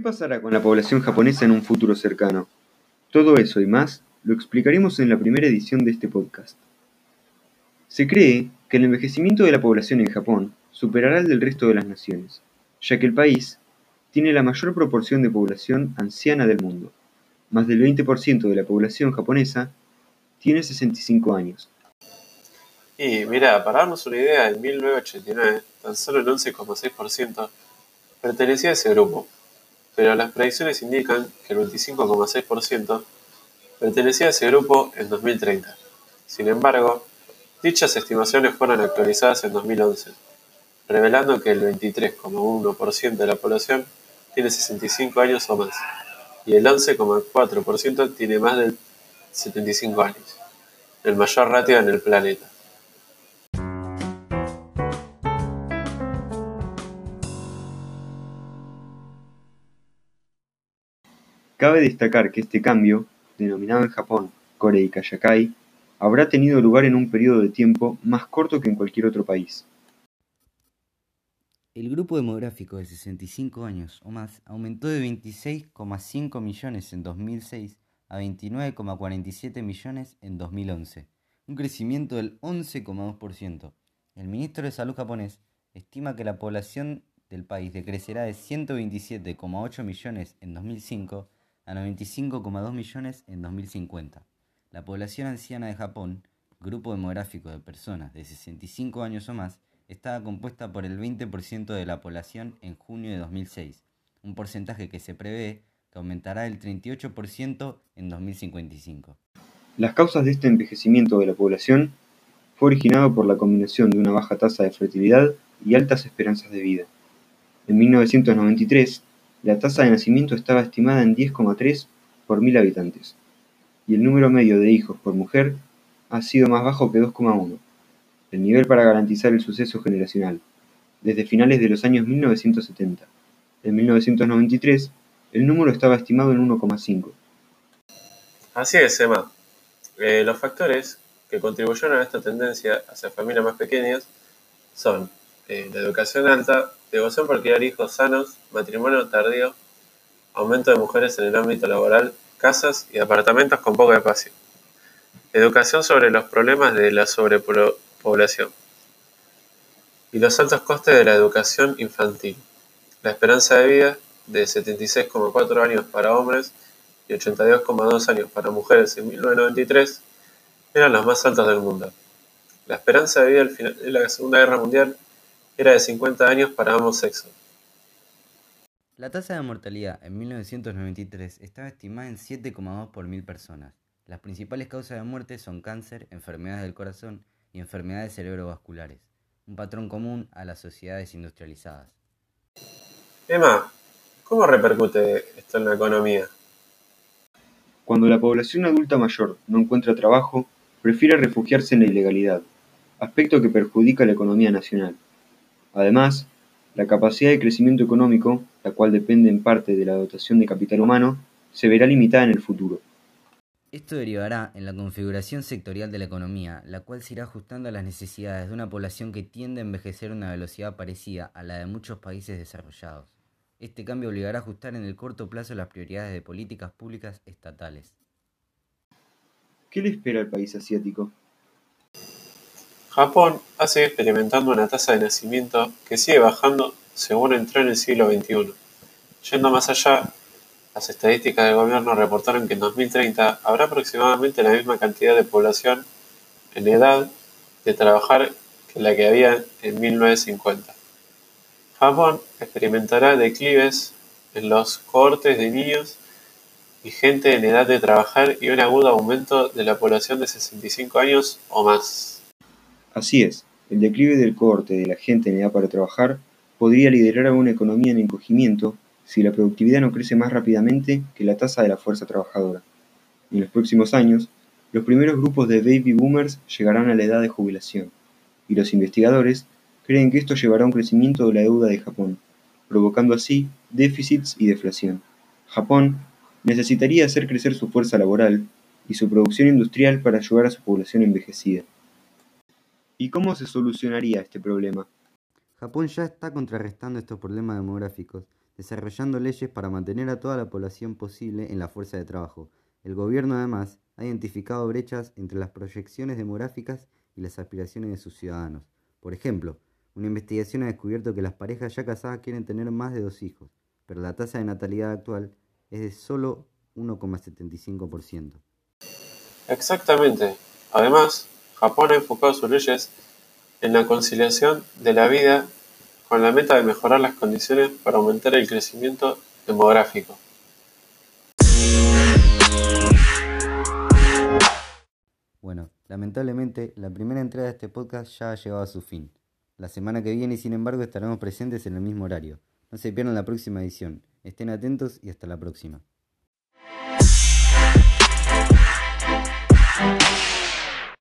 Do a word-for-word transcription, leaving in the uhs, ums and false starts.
pasará con la población japonesa en un futuro cercano? Todo eso y más lo explicaremos en la primera edición de este podcast. Se cree que el envejecimiento de la población en Japón superará el del resto de las naciones, ya que el país tiene la mayor proporción de población anciana del mundo. Más del veinte por ciento de la población japonesa tiene sesenta y cinco años. Y mira, para darnos una idea, en mil novecientos ochenta y nueve tan solo el once coma seis por ciento pertenecía a ese grupo, pero las predicciones indican que el veinticinco coma seis por ciento pertenecía a ese grupo en dos mil treinta. Sin embargo, dichas estimaciones fueron actualizadas en dos mil once, revelando que el veintitrés coma uno por ciento de la población tiene sesenta y cinco años o más, y el once coma cuatro por ciento tiene más de setenta y cinco años, el mayor ratio en el planeta. Cabe destacar que este cambio, denominado en Japón Korei Yakai, habrá tenido lugar en un periodo de tiempo más corto que en cualquier otro país. El grupo demográfico de sesenta y cinco años o más aumentó de veintiséis coma cinco millones en dos mil seis a veintinueve coma cuarenta y siete millones en dos mil once, un crecimiento del once coma dos por ciento. El ministro de Salud japonés estima que la población del país decrecerá de ciento veintisiete coma ocho millones en dos mil cinco a noventa y cinco coma dos millones en dos mil cincuenta. La población anciana de Japón, grupo demográfico de personas de sesenta y cinco años o más, estaba compuesta por el veinte por ciento de la población en junio de dos mil seis, un porcentaje que se prevé que aumentará el treinta y ocho por ciento en dos mil cincuenta y cinco. Las causas de este envejecimiento de la población fue originado por la combinación de una baja tasa de fertilidad y altas esperanzas de vida. En mil novecientos noventa y tres, la tasa de nacimiento estaba estimada en diez coma tres por mil habitantes, y el número medio de hijos por mujer ha sido más bajo que dos coma uno, el nivel para garantizar el suceso generacional, desde finales de los años mil novecientos setenta. En mil novecientos noventa y tres, el número estaba estimado en uno coma cinco. Así es, Emma. Eh, los factores que contribuyeron a esta tendencia hacia familias más pequeñas son eh, la educación alta, devoción por criar hijos sanos, matrimonio tardío, aumento de mujeres en el ámbito laboral, casas y apartamentos con poco espacio. Educación sobre los problemas de la sobrepoblación y los altos costes de la educación infantil. La esperanza de vida de setenta y seis coma cuatro años para hombres y ochenta y dos coma dos años para mujeres en mil novecientos noventa y tres eran los más altos del mundo. La esperanza de vida al final de la Segunda Guerra Mundial era de cincuenta años para ambos sexos. La tasa de mortalidad en mil novecientos noventa y tres estaba estimada en siete coma dos por mil personas. Las principales causas de muerte son cáncer, enfermedades del corazón y enfermedades cerebrovasculares, un patrón común a las sociedades industrializadas. Emma, ¿cómo repercute esto en la economía? Cuando la población adulta mayor no encuentra trabajo, prefiere refugiarse en la ilegalidad, aspecto que perjudica la economía nacional. Además, la capacidad de crecimiento económico, la cual depende en parte de la dotación de capital humano, se verá limitada en el futuro. Esto derivará en la configuración sectorial de la economía, la cual se irá ajustando a las necesidades de una población que tiende a envejecer a una velocidad parecida a la de muchos países desarrollados. Este cambio obligará a ajustar en el corto plazo las prioridades de políticas públicas estatales. ¿Qué le espera al país asiático? Japón ha seguido experimentando una tasa de nacimiento que sigue bajando según entró en el siglo veintiuno. Yendo más allá, las estadísticas del gobierno reportaron que en dos mil treinta habrá aproximadamente la misma cantidad de población en edad de trabajar que la que había en mil novecientos cincuenta. Japón experimentará declives en los cohortes de niños y gente en edad de trabajar y un agudo aumento de la población de sesenta y cinco años o más. Así es, el declive del cohorte de la gente en edad para trabajar podría liderar a una economía en encogimiento si la productividad no crece más rápidamente que la tasa de la fuerza trabajadora. En los próximos años, los primeros grupos de baby boomers llegarán a la edad de jubilación, y los investigadores creen que esto llevará a un crecimiento de la deuda de Japón, provocando así déficits y deflación. Japón necesitaría hacer crecer su fuerza laboral y su producción industrial para ayudar a su población envejecida. ¿Y cómo se solucionaría este problema? Japón ya está contrarrestando estos problemas demográficos desarrollando leyes para mantener a toda la población posible en la fuerza de trabajo. El gobierno además ha identificado brechas entre las proyecciones demográficas y las aspiraciones de sus ciudadanos. Por ejemplo, una investigación ha descubierto que las parejas ya casadas quieren tener más de dos hijos, pero la tasa de natalidad actual es de solo uno coma setenta y cinco por ciento. Exactamente. Además, Japón ha enfocado sus leyes en la conciliación de la vida con la meta de mejorar las condiciones para aumentar el crecimiento demográfico. Bueno, lamentablemente la primera entrega de este podcast ya ha llegado a su fin. La semana que viene, sin embargo, estaremos presentes en el mismo horario. No se pierdan la próxima edición. Estén atentos y hasta la próxima.